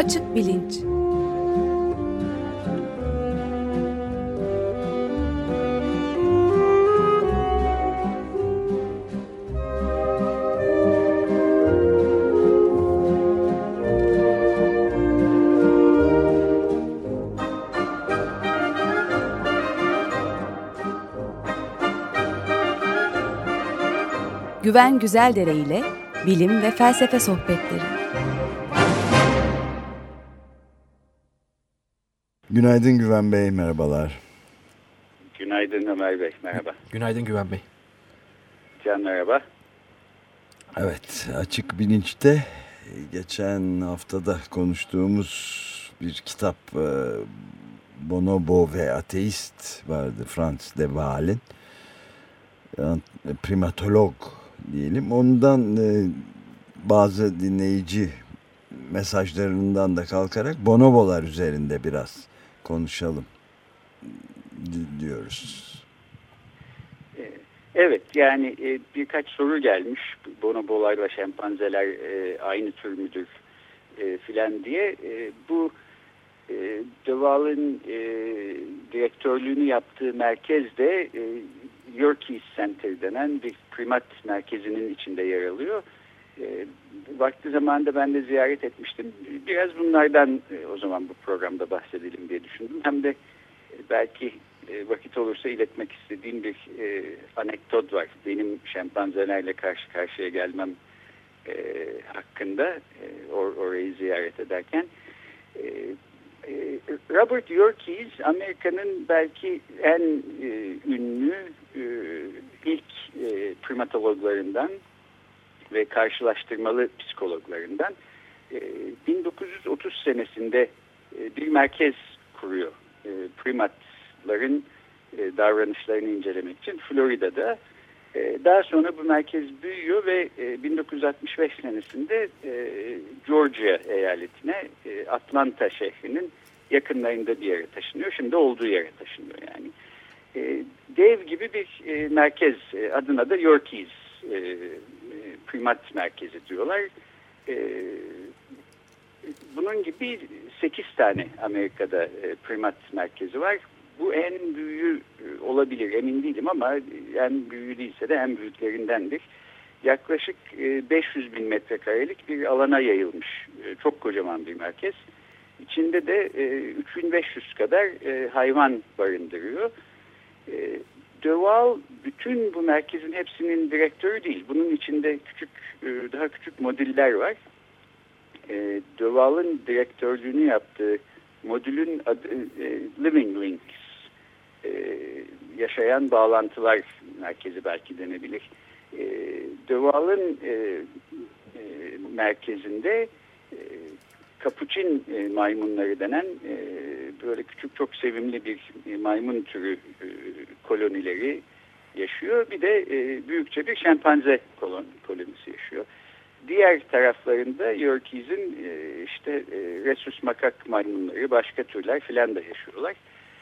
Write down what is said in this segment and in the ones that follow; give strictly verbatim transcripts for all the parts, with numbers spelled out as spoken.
Açık Bilinç. Güven Güzeldere ile bilim ve felsefe sohbetleri. Günaydın Güven Bey, merhabalar. Günaydın Ömer Bey, merhaba. Günaydın Güven Bey. Can merhaba. Evet, Açık Bilinç'te geçen haftada konuştuğumuz bir kitap, Bonobo ve Ateist vardı, Frans de Waal'in. Primatolog diyelim. Ondan bazı dinleyici mesajlarından da kalkarak bonobolar üzerinde biraz konuşalım diyoruz. Evet, yani birkaç soru gelmiş. Bonobolarla şempanzeler aynı tür müdür filan diye. Bu de Waal'in direktörlüğünü yaptığı merkezde Yerkes Center denen bir primat merkezinin içinde yer alıyor. E, vakti zamanında ben de ziyaret etmiştim. Biraz bunlardan e, o zaman bu programda bahsedelim diye düşündüm. Hem de e, belki e, vakit olursa iletmek istediğim bir e, anekdot var. Benim şempanzelerle karşı karşıya gelmem e, hakkında e, or, orayı ziyaret ederken. E, Robert Yerkes, Amerika'nın belki en e, ünlü e, ilk e, primatologlarından ve karşılaştırmalı psikologlarından. E, bin dokuz yüz otuz senesinde e, bir merkez kuruyor. E, primatların e, davranışlarını incelemek için Florida'da. E, daha sonra bu merkez büyüyor ve e, bin dokuz yüz altmış beş senesinde e, Georgia eyaletine, e, Atlanta şehrinin yakınlarında bir yere taşınıyor. Şimdi olduğu yere taşınıyor yani. E, dev gibi bir e, merkez, e, adına da Yerkes e, primat merkezi diyorlar. E, bunun gibi sekiz tane Amerika'da e, primat merkezi var. Bu en büyüğü olabilir, emin değilim ama en büyüğü değilse de en büyüklerindendir. Yaklaşık beş yüz bin metrekarelik bir alana yayılmış. Çok kocaman bir merkez. İçinde de üç bin beş yüz kadar hayvan barındırıyor. De Waal bütün bu merkezin hepsinin direktörü değil. Bunun içinde küçük, daha küçük modüller var. De Waal'ın direktörlüğünü yaptığı modülün adı Living Links. Ee, yaşayan bağlantılar merkezi belki denebilir. Ee, De Waal'ın e, e, merkezinde e, kapuçin e, maymunları denen e, böyle küçük çok sevimli bir e, maymun türü e, kolonileri yaşıyor. Bir de e, büyükçe bir şempanze kolon, kolonisi yaşıyor. Diğer taraflarında Yerkes'in e, işte e, Rhesus makak maymunları, başka türler filan da yaşıyorlar.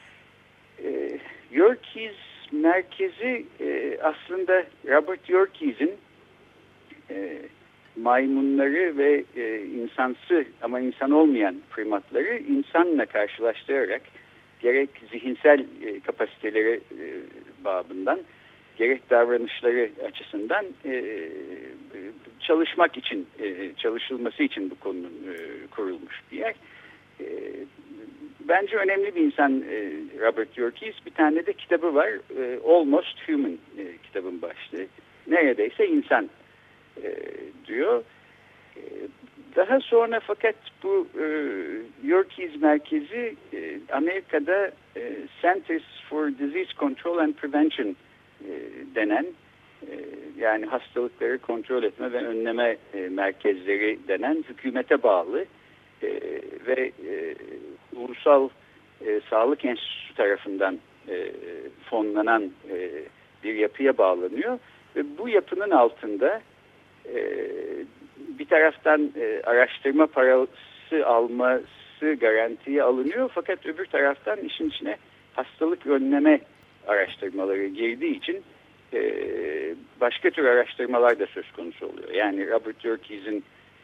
E, Yerkes merkezi e, aslında Robert Yerkes'in e, maymunları ve e, insansı ama insan olmayan primatları insanla karşılaştırarak gerek zihinsel e, kapasiteleri e, babından gerek davranışları açısından e, çalışmak için, e, çalışılması için bu konunun e, kurulmuş bir yer. E, Bence önemli bir insan e, Robert Yerkes. Bir tane de kitabı var. E, Almost Human e, kitabın başlığı. Neredeyse insan e, diyor. E, daha sonra fakat bu e, Yerkes merkezi e, Amerika'da e, Centers for Disease Control and Prevention e, denen e, yani hastalıkları kontrol etme ve önleme e, merkezleri denen hükümete bağlı e, ve e, Ulusal e, Sağlık Enstitüsü tarafından e, fonlanan e, bir yapıya bağlanıyor ve bu yapının altında e, bir taraftan e, araştırma parası alması garantiye alınıyor fakat öbür taraftan işin içine hastalık önleme araştırmaları girdiği için e, başka tür araştırmalar da söz konusu oluyor. Yani Robert Yerkes'in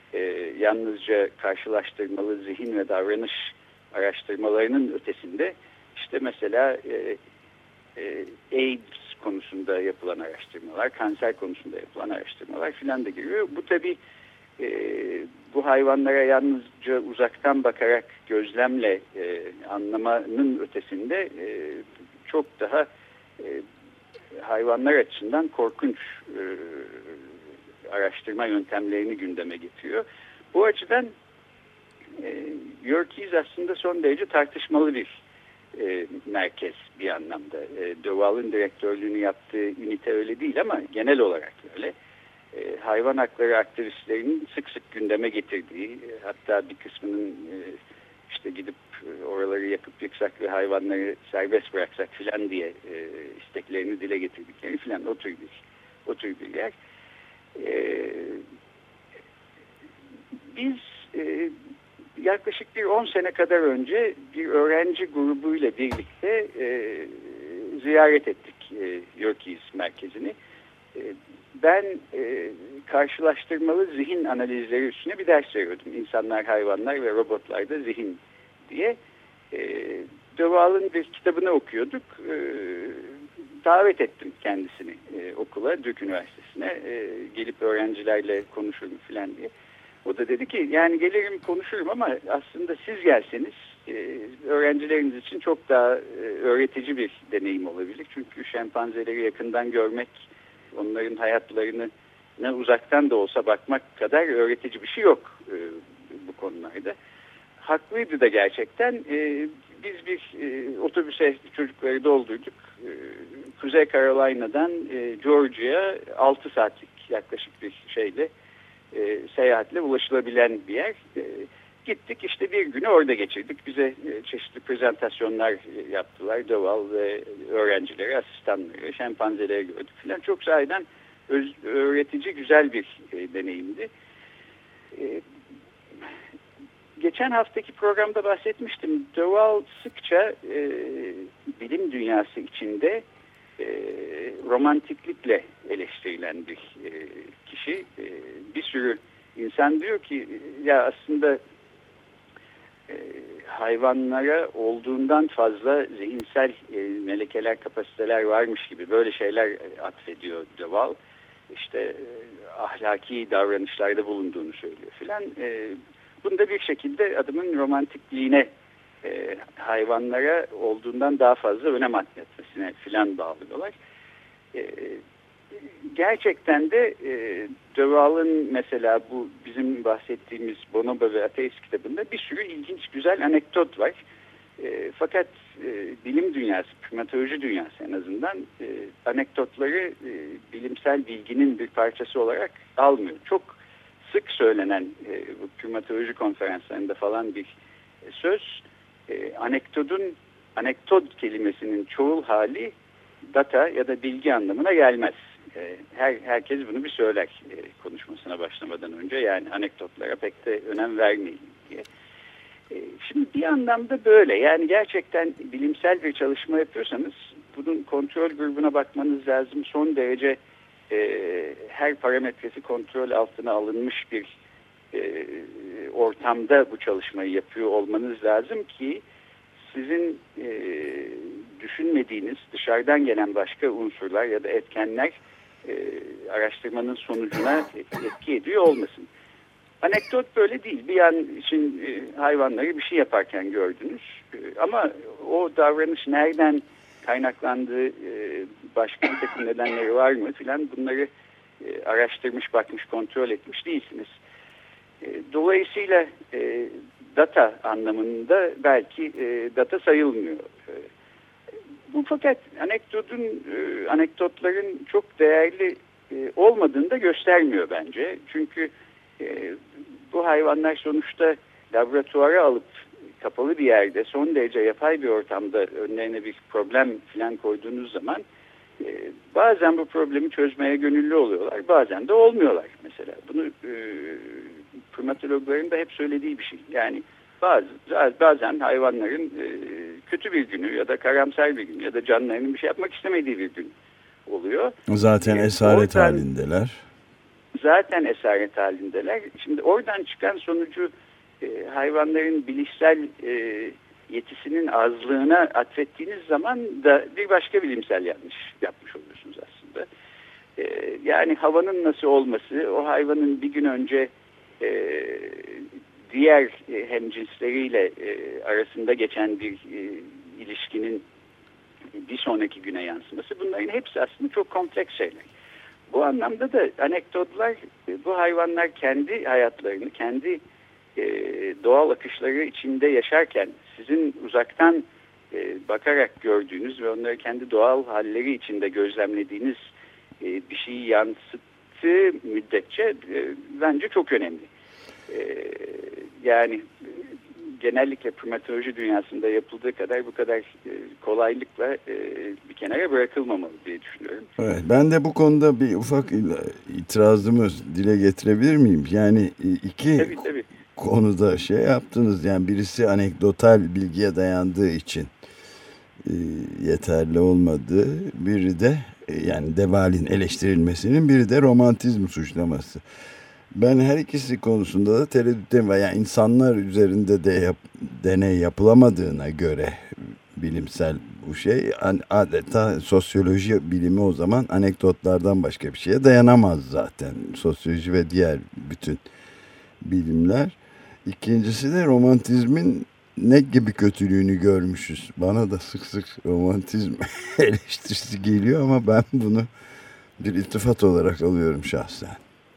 e, yalnızca karşılaştırmalı zihin ve davranış araştırmalarının ötesinde işte mesela e, e, AIDS konusunda yapılan araştırmalar, kanser konusunda yapılan araştırmalar filan da giriyor. Bu tabii e, bu hayvanlara yalnızca uzaktan bakarak gözlemle e, anlamanın ötesinde e, çok daha e, hayvanlar açısından korkunç e, araştırma yöntemlerini gündeme getiriyor. Bu açıdan e, Yerkes aslında son derece tartışmalı bir e, merkez bir anlamda. E, Döval'ın direktörlüğünü yaptığı ünite öyle değil ama genel olarak öyle. E, hayvan hakları aktivistlerinin sık sık gündeme getirdiği, e, hatta bir kısmının e, işte gidip e, oraları yakıp yıksak ve hayvanları serbest bıraksak filan diye e, isteklerini dile getirdikleri filan o tür bir, o tür bir yer. E, biz e, yaklaşık bir on sene kadar önce bir öğrenci grubuyla birlikte e, ziyaret ettik e, Yerkes merkezini. E, ben e, karşılaştırmalı zihin analizleri üstüne bir ders veriyordum. İnsanlar, hayvanlar ve robotlarda zihin diye. E, Döval'ın bir kitabını okuyorduk. E, davet ettim kendisini e, okula, Duke Üniversitesi'ne. E, gelip öğrencilerle konuşurum falan diye. O da dedi ki yani gelirim konuşurum ama aslında siz gelseniz e, öğrencileriniz için çok daha e, öğretici bir deneyim olabilir. Çünkü şempanzeleri yakından görmek, onların hayatlarını ne uzaktan da olsa bakmak kadar öğretici bir şey yok e, bu konularda. Haklıydı da gerçekten. E, biz bir e, otobüse çocukları doldurduk. E, Kuzey Carolina'dan e, Georgia'ya altı saatlik yaklaşık bir şeyle E, seyahatle ulaşılabilen bir yer. E, gittik işte bir günü orada geçirdik. Bize e, çeşitli prezentasyonlar e, yaptılar. Döval ve öğrencileri, asistanları, şempanzeleri gördük falan. Çok sahiden öz, öğretici, güzel bir e, deneyimdi. E, geçen haftaki programda bahsetmiştim. Döval sıkça e, bilim dünyası içinde E, romantiklikle eleştirilen bir e, kişi. E, bir sürü insan diyor ki ya aslında e, hayvanlara olduğundan fazla zihinsel e, melekeler, kapasiteler varmış gibi böyle şeyler e, atfediyor Döval. İşte e, ahlaki davranışlarda bulunduğunu söylüyor filan. E, bunda bir şekilde adamın romantikliğine E, hayvanlara olduğundan daha fazla önem atfetmesine filan bağlıyorlar. E, gerçekten de e, Döval'ın mesela bu bizim bahsettiğimiz Bonobo ve Ateist kitabında bir sürü ilginç güzel anekdot var. E, fakat e, bilim dünyası, primatoloji dünyası en azından e, anekdotları e, bilimsel bilginin bir parçası olarak almıyor. Çok sık söylenen e, bu primatoloji konferanslarında falan bir e, söz. E, anekdotun, anekdot kelimesinin çoğul hali data ya da bilgi anlamına gelmez. E, her herkes bunu bir söyler e, konuşmasına başlamadan önce. Yani anekdotlara pek de önem vermeyin diye. E, şimdi bir anlamda böyle. Yani gerçekten bilimsel bir çalışma yapıyorsanız bunun kontrol grubuna bakmanız lazım. Son derece e, her parametresi kontrol altına alınmış bir E, ortamda bu çalışmayı yapıyor olmanız lazım ki sizin e, düşünmediğiniz dışarıdan gelen başka unsurlar ya da etkenler e, araştırmanın sonucuna etki ediyor olmasın. Anekdot böyle değil. Bir an için e, hayvanları bir şey yaparken gördünüz e, ama o davranış nereden kaynaklandığı, e, başka bir takım nedenleri var mı filan bunları e, araştırmış, bakmış, kontrol etmiş değilsiniz. Dolayısıyla e, data anlamında belki e, data sayılmıyor. E, bu fakat anekdotun, e, anekdotların çok değerli e, olmadığını da göstermiyor bence. Çünkü e, bu hayvanlar sonuçta laboratuvara alıp kapalı bir yerde son derece yapay bir ortamda önlerine bir problem falan koyduğunuz zaman e, bazen bu problemi çözmeye gönüllü oluyorlar, bazen de olmuyorlar mesela. Bunu e, primatologların da hep söylediği bir şey. Yani bazı, bazen hayvanların e, kötü bir günü ya da karamsar bir gün ya da canlarının bir şey yapmak istemediği bir gün oluyor. Zaten E, esaret oradan, halindeler. zaten esaret halindeler. Şimdi oradan çıkan sonucu e, hayvanların bilişsel e, yetisinin azlığına atfettiğiniz zaman da bir başka bilimsel yanlış yapmış oluyorsunuz aslında. E, yani havanın nasıl olması, o hayvanın bir gün önce e, diğer e, hemcinsleriyle e, arasında geçen bir e, ilişkinin bir sonraki güne yansıması, bunların hepsi aslında çok kompleks şeyler. Bu anlamda da anekdotlar, bu hayvanlar kendi hayatlarını, kendi e, doğal akışları içinde yaşarken sizin uzaktan e, bakarak gördüğünüz ve onları kendi doğal halleri içinde gözlemlediğiniz e, bir şeyi yansıttığı müddetçe e, bence çok önemli. E, yani genellikle primatoloji dünyasında yapıldığı kadar bu kadar e, kolaylıkla e, bir kenara bırakılmamalı diye düşünüyorum. Evet, ben de bu konuda bir ufak itirazımı dile getirebilir miyim? Yani iki tabii, tabii. konuda şey yaptınız. Yani birisi anekdotal bilgiye dayandığı için e, yeterli olmadığı, biri de e, yani Deval'in eleştirilmesinin, biri de romantizm suçlaması. Ben her ikisi konusunda da tereddütteyim. Yani insanlar üzerinde de yap, deney yapılamadığına göre bilimsel bu şey, adeta sosyoloji bilimi o zaman anekdotlardan başka bir şeye dayanamaz zaten. Sosyoloji ve diğer bütün bilimler. İkincisi de romantizmin ne gibi kötülüğünü görmüşüz. Bana da sık sık romantizm eleştirisi geliyor ama ben bunu bir iltifat olarak alıyorum şahsen.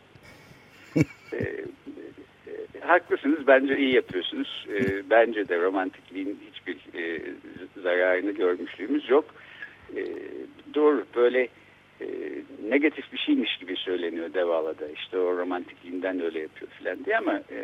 E, e, haklısınız. Bence iyi yapıyorsunuz. E, bence de romantikliğin hiçbir e, zararını görmüşlüğümüz yok. E, doğru. Böyle e, negatif bir şeymiş gibi söyleniyor Devala'da. İşte o romantikliğinden öyle yapıyor filan diye, ama e,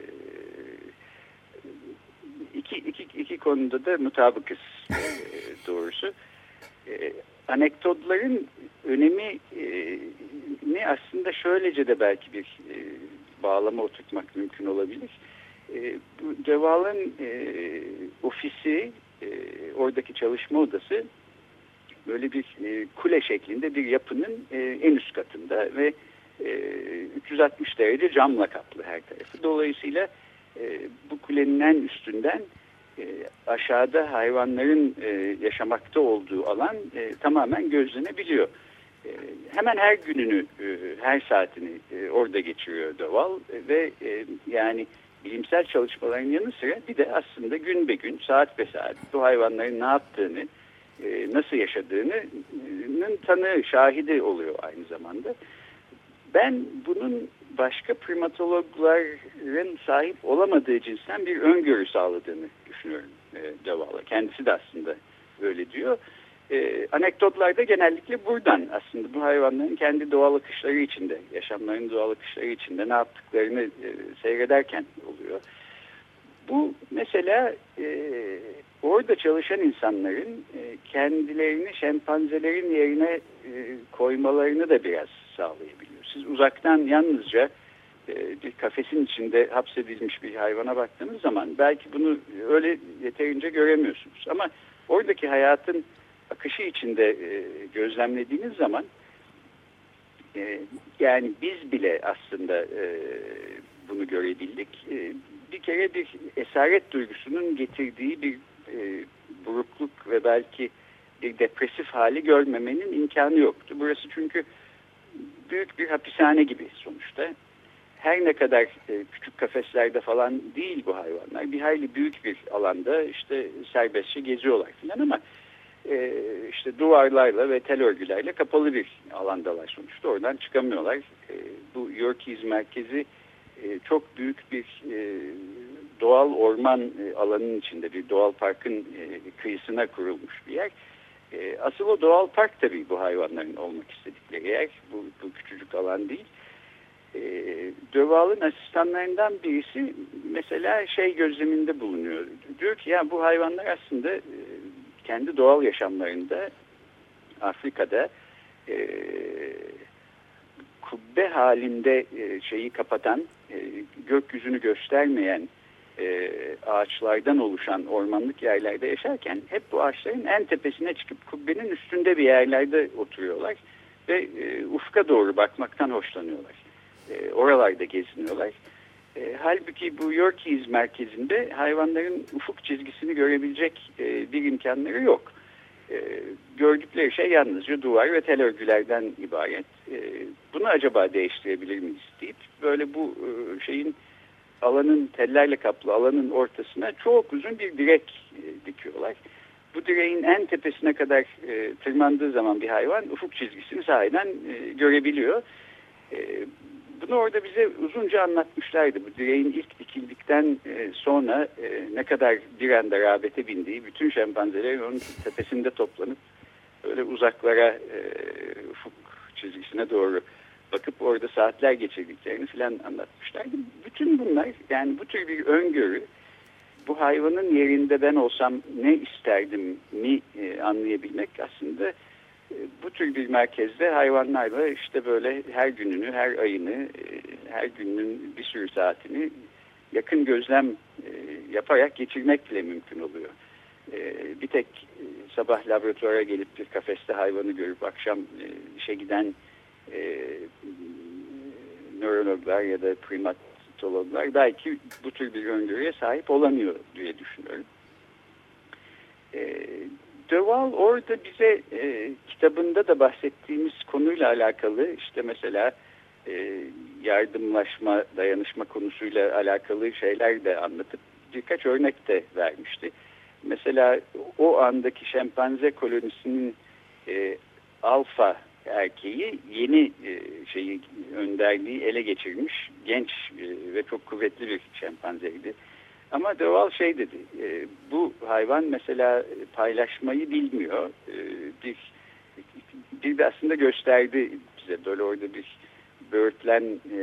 iki, iki, iki konuda da mutabıkız e, doğrusu. E, anekdotların önemi e, ne aslında şöylece de belki bir e, bağlama oturtmak mümkün olabilir. E, bu Deval'ın e, ofisi, e, oradaki çalışma odası böyle bir e, kule şeklinde bir yapının e, en üst katında ve e, üç yüz altmış derece camla kaplı her tarafı. Dolayısıyla e, bu kulenin en üstünden e, aşağıda hayvanların e, yaşamakta olduğu alan e, tamamen gözlenebiliyor. E, hemen her gününü, e, her saatini e, orada geçiriyor Deval ve e, yani bilimsel çalışmaların yanı sıra bir de aslında gün be gün, saat be saat bu hayvanların ne yaptığını, e, nasıl yaşadığının tanığı, şahidi oluyor aynı zamanda. Ben bunun başka primatologların sahip olamadığı cinsten bir öngörü sağladığını düşünüyorum e, Deval'a. Kendisi de aslında öyle diyor. E, anekdotlarda genellikle buradan aslında bu hayvanların kendi doğal akışları içinde, yaşamlarının doğal akışları içinde ne yaptıklarını e, seyrederken oluyor. Bu mesela e, orada çalışan insanların e, kendilerini şempanzelerin yerine e, koymalarını da biraz sağlayabiliyor. Siz uzaktan yalnızca e, bir kafesin içinde hapsedilmiş bir hayvana baktığınız zaman belki bunu öyle yeterince göremiyorsunuz. Ama oradaki hayatın akışı içinde e, gözlemlediğiniz zaman e, yani biz bile aslında e, bunu görebildik. E, bir kere bir esaret duygusunun getirdiği bir e, burukluk ve belki bir depresif hali görmemenin imkanı yoktu. Burası çünkü büyük bir hapishane gibi sonuçta. Her ne kadar e, küçük kafeslerde falan değil bu hayvanlar. Bir hayli büyük bir alanda işte serbestçe geziyorlar filan, ama e, işte duvarlarla ve tel örgülerle kapalı bir alandalar sonuçta. Oradan çıkamıyorlar. E, bu Yerkes merkezi e, çok büyük bir e, doğal orman e, alanının içinde, bir doğal parkın e, kıyısına kurulmuş bir yer. E, asıl o doğal park tabii bu hayvanların olmak istedikleri yer. Bu, bu küçücük alan değil. E, Deval'ın asistanlarından birisi mesela şey gözleminde bulunuyor. Diyor ki ya bu hayvanlar aslında e, kendi doğal yaşamlarında Afrika'da e, kubbe halinde e, şeyi kapatan, e, gökyüzünü göstermeyen e, ağaçlardan oluşan ormanlık yerlerde yaşarken hep bu ağaçların en tepesine çıkıp kubbenin üstünde bir yerlerde oturuyorlar ve e, ufka doğru bakmaktan hoşlanıyorlar. E, oralarda geziniyorlar. E, halbuki bu Yorkies merkezinde hayvanların ufuk çizgisini görebilecek e, bir imkanları yok. E, gördükleri şey yalnızca duvar ve tel örgülerden ibaret. E, bunu acaba değiştirebilir miyiz deyip böyle bu e, şeyin alanın tellerle kaplı alanın ortasına çok uzun bir direk e, dikiyorlar. Bu direğin en tepesine kadar e, tırmandığı zaman bir hayvan ufuk çizgisini sahiden e, görebiliyor. E, bunu orada bize uzunca anlatmışlardı. Bu direğin ilk dikildikten e, sonra e, ne kadar bir anda rağbete bindiği, bütün şempanzelerin onun tepesinde toplanıp öyle uzaklara e, ufuk çizgisine doğru bakıp orada saatler geçirdiklerini filan anlatmışlardı. Bütün bunlar, yani bu tür bir öngörü, bu hayvanın yerinde ben olsam ne isterdim mi e, anlayabilmek aslında e, bu tür bir merkezde hayvanlarla işte böyle her gününü, her ayını, e, her günün bir sürü saatini yakın gözlem e, yaparak geçirmekle mümkün oluyor. E, bir tek e, sabah laboratuvara gelip bir kafeste hayvanı görüp akşam e, işe giden e, nörologlar ya da primatologlar belki bu tür bir öngörüye sahip olamıyor diye düşünüyorum. E, De Waal orada bize e, kitabında da bahsettiğimiz konuyla alakalı işte mesela e, yardımlaşma, dayanışma konusuyla alakalı şeyler de anlatıp birkaç örnek de vermişti. Mesela o andaki şempanze kolonisinin e, alfa erkeği yeni e, şeyi önderliği ele geçirmiş genç e, ve çok kuvvetli bir şempanzeydi. Ama De Waal şey dedi, e, bu hayvan mesela paylaşmayı bilmiyor. E, bir, bir de aslında gösterdi bize böyle orada bir böğürtlen, e,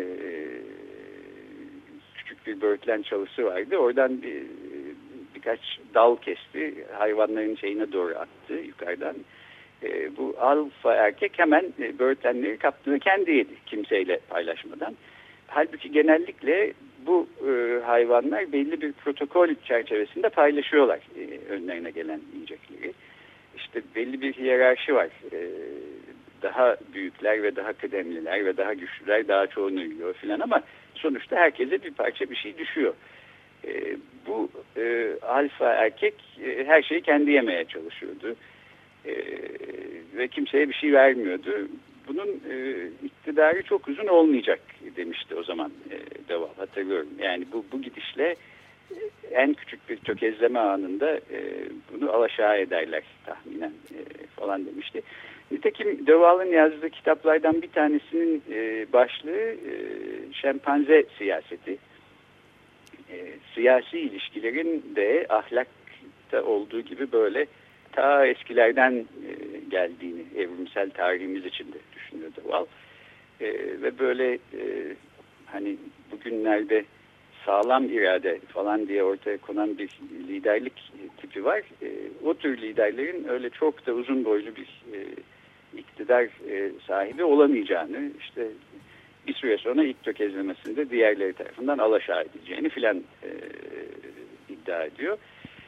küçük bir böğürtlen çalısı vardı. Oradan bir, birkaç dal kesti, hayvanların şeyine doğru attı yukarıdan. E, bu alfa erkek hemen e, böğürtlenleri kaptı ve kendi yedi kimseyle paylaşmadan. Halbuki genellikle bu e, hayvanlar belli bir protokol çerçevesinde paylaşıyorlar e, önlerine gelen yiyecekleri. İşte belli bir hiyerarşi var. E, daha büyükler ve daha kıdemliler ve daha güçlüler daha çoğunu yiyor filan ama sonuçta herkese bir parça bir şey düşüyor. E, bu e, alfa erkek e, her şeyi kendi yemeye çalışıyordu. E, ve kimseye bir şey vermiyordu. Bunun e, iktidarı çok uzun olmayacak demişti o zaman e, De Waal, hatırlıyorum. Yani bu, bu gidişle e, en küçük bir tökezleme anında e, bunu alaşağı ederler tahminen e, falan demişti. Nitekim De Waal'ın yazdığı kitaplardan bir tanesinin e, başlığı e, şempanze siyaseti. E, siyasi ilişkilerin de ahlakta olduğu gibi böyle ta eskilerden e, geldiğini evrimsel tarihimiz içinde düşünüyor De Waal. E, ve böyle e, hani bugünlerde sağlam irade falan diye ortaya konan bir liderlik tipi var. E, o tür liderlerin öyle çok da uzun boylu bir e, iktidar e, sahibi olamayacağını, işte bir süre sonra ilk tökezlemesinde diğerleri tarafından alaşağı edileceğini filan e, iddia ediyor.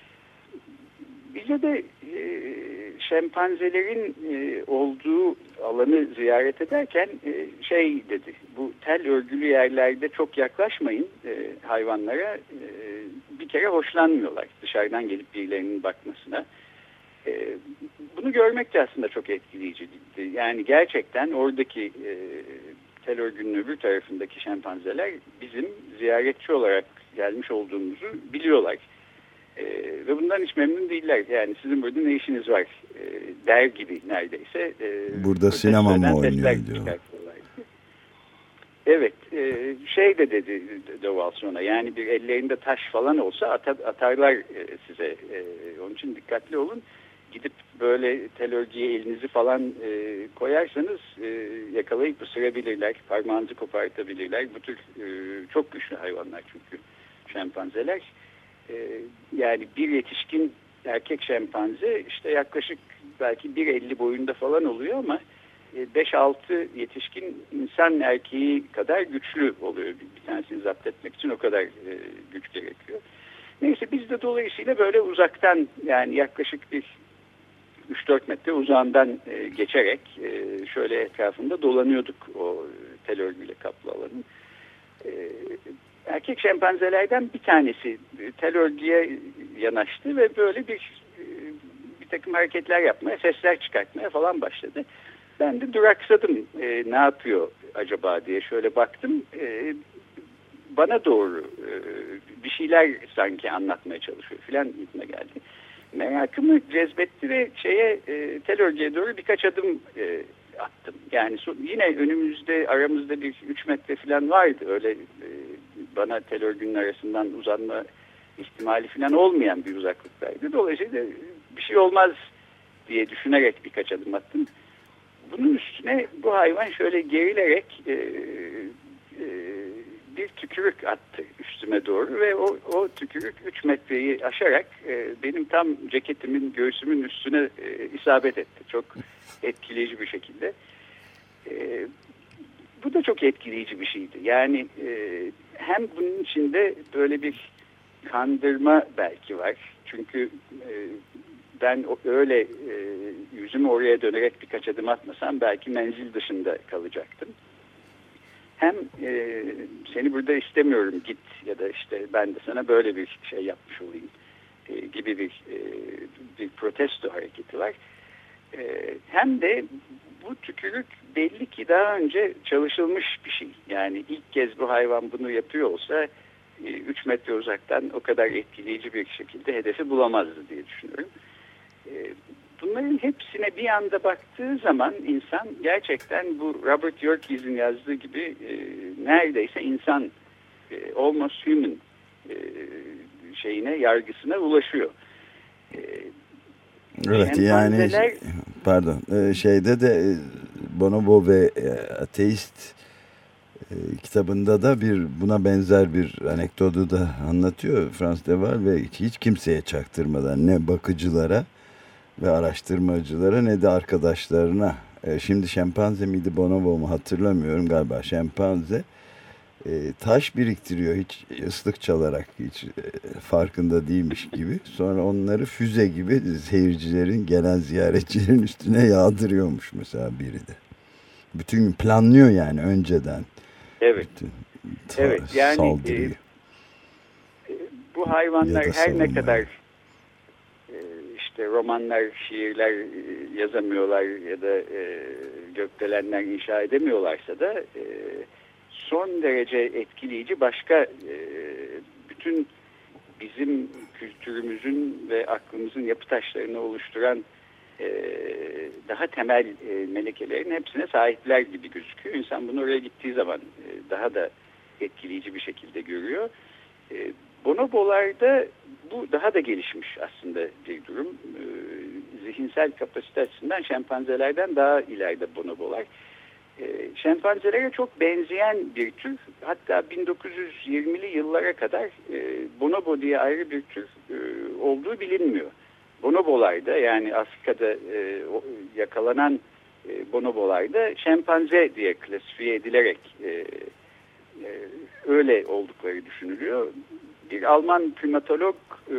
Bize de e, şempanzelerin e, olduğu alanı ziyaret ederken e, şey dedi, bu tel örgülü yerlerde çok yaklaşmayın e, hayvanlara, e, bir kere hoşlanmıyorlar dışarıdan gelip birilerinin bakmasına. E, bunu görmek de aslında çok etkileyiciydi. Yani gerçekten oradaki e, tel örgünün öbür tarafındaki şempanzeler bizim ziyaretçi olarak gelmiş olduğumuzu biliyorlar. Ee, ve bundan hiç memnun değiller. Yani sizin burada ne işiniz var ee, der gibi neredeyse. Ee, burada sinema mı oynuyor diyor. Evet. E, şey de dedi De Waal sonra, yani bir ellerinde taş falan olsa atar, atarlar e, size. E, onun için dikkatli olun. Gidip böyle tel örgüye elinizi falan e, koyarsanız e, yakalayıp ısırabilirler. Parmağınızı kopartabilirler. Bu tür e, çok güçlü hayvanlar çünkü şempanzeler. Yani bir yetişkin erkek şempanze işte yaklaşık belki bir elli boyunda falan oluyor ama beş altı yetişkin insan erkeği kadar güçlü oluyor. Bir tanesini zapt etmek için o kadar güç gerekiyor. Neyse biz de dolayısıyla böyle uzaktan, yani yaklaşık bir üç dört metre uzağından geçerek şöyle etrafında dolanıyorduk o tel örgüyle kaplı alanın. erkek şempanzelerden bir tanesi tel örgüye yanaştı ve böyle bir bir takım hareketler yapmaya, sesler çıkartmaya falan başladı. Ben de duraksadım. E, ne yapıyor acaba diye şöyle baktım. E, bana doğru e, bir şeyler sanki anlatmaya çalışıyor filan gitme geldi. Merakımı cezbetti ve şeye e, tel örgüye doğru birkaç adım e, attım. Yani so, yine önümüzde aramızda bir üç metre falan vardı. Öyle e, bana tel örgünün arasından uzanma ihtimali falan olmayan bir uzaklıktaydı. Dolayısıyla bir şey olmaz diye düşünerek birkaç adım attım. Bunun üstüne bu hayvan şöyle gerilerek e, e, bir tükürük attı üstüme doğru ve o, o tükürük üç metreyi aşarak e, benim tam ceketimin, göğsümün üstüne e, isabet etti. Çok etkileyici bir şekilde. E, bu da çok etkileyici bir şeydi. Yani e, hem bunun içinde böyle bir kandırma belki var. Çünkü e, ben öyle e, yüzümü oraya dönerek birkaç adım atmasam belki menzil dışında kalacaktım. Hem e, seni burada istemiyorum git ya da işte ben de sana böyle bir şey yapmış olayım e, gibi bir, e, bir protesto hareketi var. E, hem de bu tükürük belli ki daha önce çalışılmış bir şey. Yani ilk kez bu hayvan bunu yapıyor olsa üç metre uzaktan o kadar etkileyici bir şekilde hedefi bulamazdı diye düşünüyorum. Bunların hepsine bir anda baktığı zaman insan gerçekten bu Robert Yerkes'in yazdığı gibi e, neredeyse insan, e, almost human e, şeyine, yargısına ulaşıyor. E, evet yani pardon şeyde de Bonobo ve Ateist e, kitabında da bir buna benzer bir anekdotu da anlatıyor Frans de Waal ve hiç kimseye çaktırmadan ne bakıcılara ve araştırmacılara ne de arkadaşlarına. E, şimdi şempanze miydi bonobo mu hatırlamıyorum, galiba şempanze e, taş biriktiriyor hiç ıslık çalarak, hiç e, farkında değilmiş gibi. Sonra onları füze gibi seyircilerin, gelen ziyaretçilerin üstüne yağdırıyormuş mesela biri de. Bütün gün planlıyor yani önceden. Evet. Bütün evet yani saldırıyı. E, bu hayvanlar her ne kadar İşte romanlar, şiirler yazamıyorlar ya da e, gökdelenler inşa edemiyorlarsa da e, son derece etkileyici başka e, bütün bizim kültürümüzün ve aklımızın yapı taşlarını oluşturan e, daha temel e, melekelerin hepsine sahipler gibi gözüküyor. İnsan bunu oraya gittiği zaman e, daha da etkileyici bir şekilde görüyor. E, Bonobolarda bu daha da gelişmiş aslında bir durum. Ee, zihinsel kapasite açısından şempanzelerden daha ileride bonobolar. Ee, şempanzelere çok benzeyen bir tür. Hatta bin dokuz yüz yirmili yıllara kadar e, bonobo diye ayrı bir tür e, olduğu bilinmiyor. Bonobolarda, yani Afrika'da e, yakalanan e, bonobolarda şempanze diye klasifiye edilerek e, e, öyle oldukları düşünülüyor. Bir Alman primatolog e,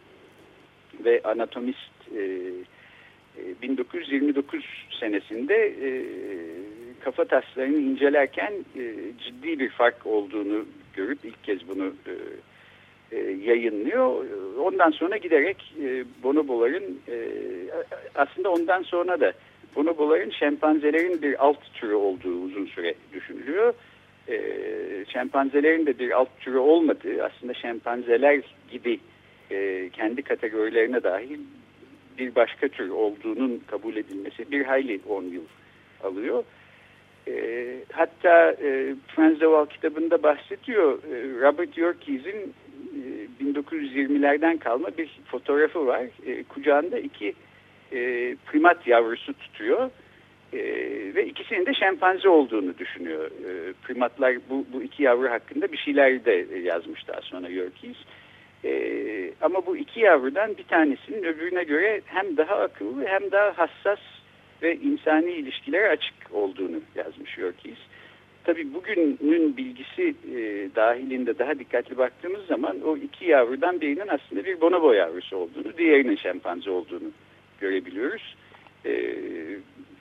ve anatomist e, e, bin dokuz yüz yirmi dokuz senesinde e, kafa taslarını incelerken e, ciddi bir fark olduğunu görüp ilk kez bunu e, e, yayınlıyor. Ondan sonra giderek e, bonoboların e, aslında ondan sonra da bonoboların şempanzelerin bir alt türü olduğu uzun süre düşünülüyor. E, şempanzelerin de bir alt türü olmadığı, aslında şempanzeler gibi e, kendi kategorilerine dahil bir başka tür olduğunun kabul edilmesi bir hayli on yıl alıyor. E, hatta e, Frans de Waal kitabında bahsediyor. E, Robert Yerkes'in e, bin dokuz yüz yirmilerden kalma bir fotoğrafı var. E, kucağında iki e, primat yavrusu tutuyor. Ee, ve ikisinin de şempanze olduğunu düşünüyor. Ee, primatlar bu, bu iki yavru hakkında bir şeyler de yazmış daha sonra Yerkes. Ee, ama bu iki yavrudan bir tanesinin öbürüne göre hem daha akıllı hem daha hassas ve insani ilişkilere açık olduğunu yazmış Yerkes. Tabii bugünün bilgisi e, dahilinde daha dikkatli baktığımız zaman o iki yavrudan birinin aslında bir bonobo yavrusu olduğunu, diğerinin şempanze olduğunu görebiliyoruz. Ee,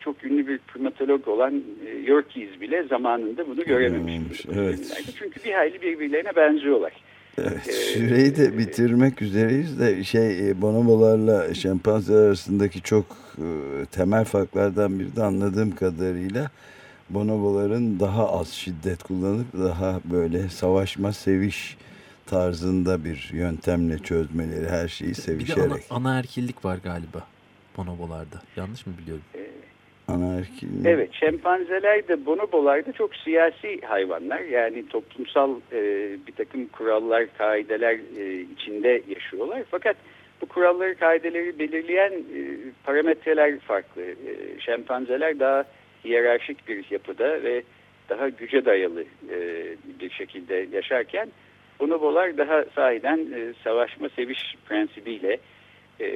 çok ünlü bir primatolog olan e, Yerkes bile zamanında bunu görememiş. Evet. Çünkü bir hayli birbirlerine benziyorlar. Evet, süreyi de bitirmek üzereyiz de şey bonobolarla şempanzeler arasındaki çok e, temel farklardan biri de anladığım kadarıyla bonoboların daha az şiddet kullanıp daha böyle savaşma seviş tarzında bir yöntemle çözmeleri, her şeyi sevişerek. Bir de ana, anaerkillik var galiba bonobolarda. Yanlış mı biliyorum? Ee, Anaerkillik. Evet, şempanzeler de bonobolar da çok siyasi hayvanlar. Yani toplumsal e, bir takım kurallar, kaideler e, içinde yaşıyorlar. Fakat bu kuralları, kaideleri belirleyen e, parametreler farklı. E, şempanzeler daha hiyerarşik bir yapıda ve daha güce dayalı e, bir şekilde yaşarken bonobolar daha sahiden e, savaşma seviş prensibiyle e,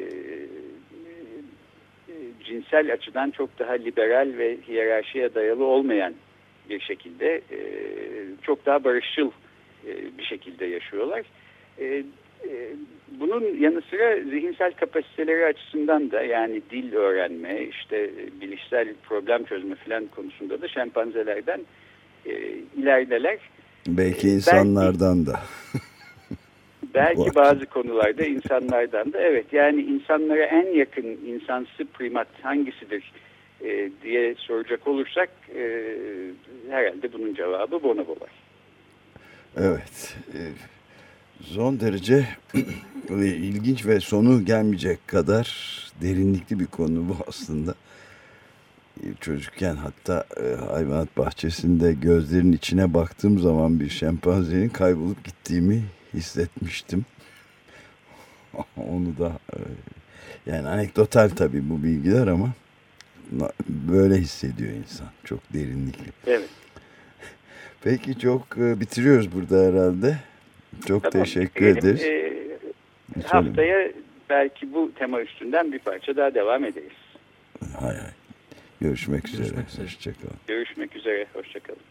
cinsel açıdan çok daha liberal ve hiyerarşiye dayalı olmayan bir şekilde e, çok daha barışçıl e, bir şekilde yaşıyorlar. E, e, bunun yanı sıra zihinsel kapasiteleri açısından da yani dil öğrenme, işte bilişsel problem çözme falan konusunda da şempanzelerden e, ilerideler. Belki insanlardan belki, da. Belki bazı konularda insanlardan da evet yani insanlara en yakın insansı primat hangisidir e, diye soracak olursak e, herhalde bunun cevabı bonobolar. Evet. E, son derece ilginç ve sonu gelmeyecek kadar derinlikli bir konu bu aslında. Çocukken hatta e, hayvanat bahçesinde gözlerinin içine baktığım zaman bir şempanzenin kaybolup gittiğimi hissetmiştim. Onu da e, yani anekdotal tabii bu bilgiler ama böyle hissediyor insan. Çok derinlikli. Evet. Peki çok e, bitiriyoruz burada herhalde. Çok tamam, teşekkür benim, ederiz. E, haftaya belki bu tema üstünden bir parça daha devam ederiz. Hay hay. Görüşmek, Görüşmek üzere. üzere. Hoşçakalın. Görüşmek üzere. Hoşçakalın.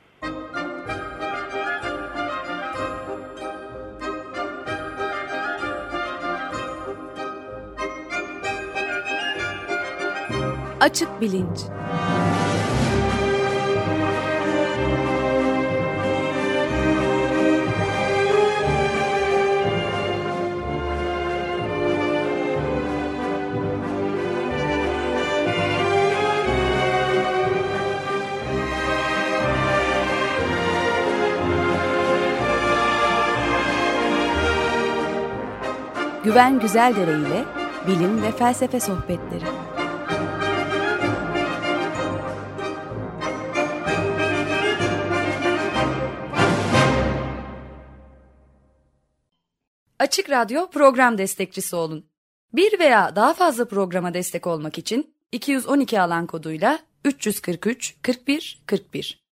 Açık Bilinç. Güven Güzeldere ile bilim ve felsefe sohbetleri. Açık Radyo program destekçisi olun. Bir veya daha fazla programa destek olmak için iki yüz on iki alan koduyla üç yüz kırk üç kırk bir kırk bir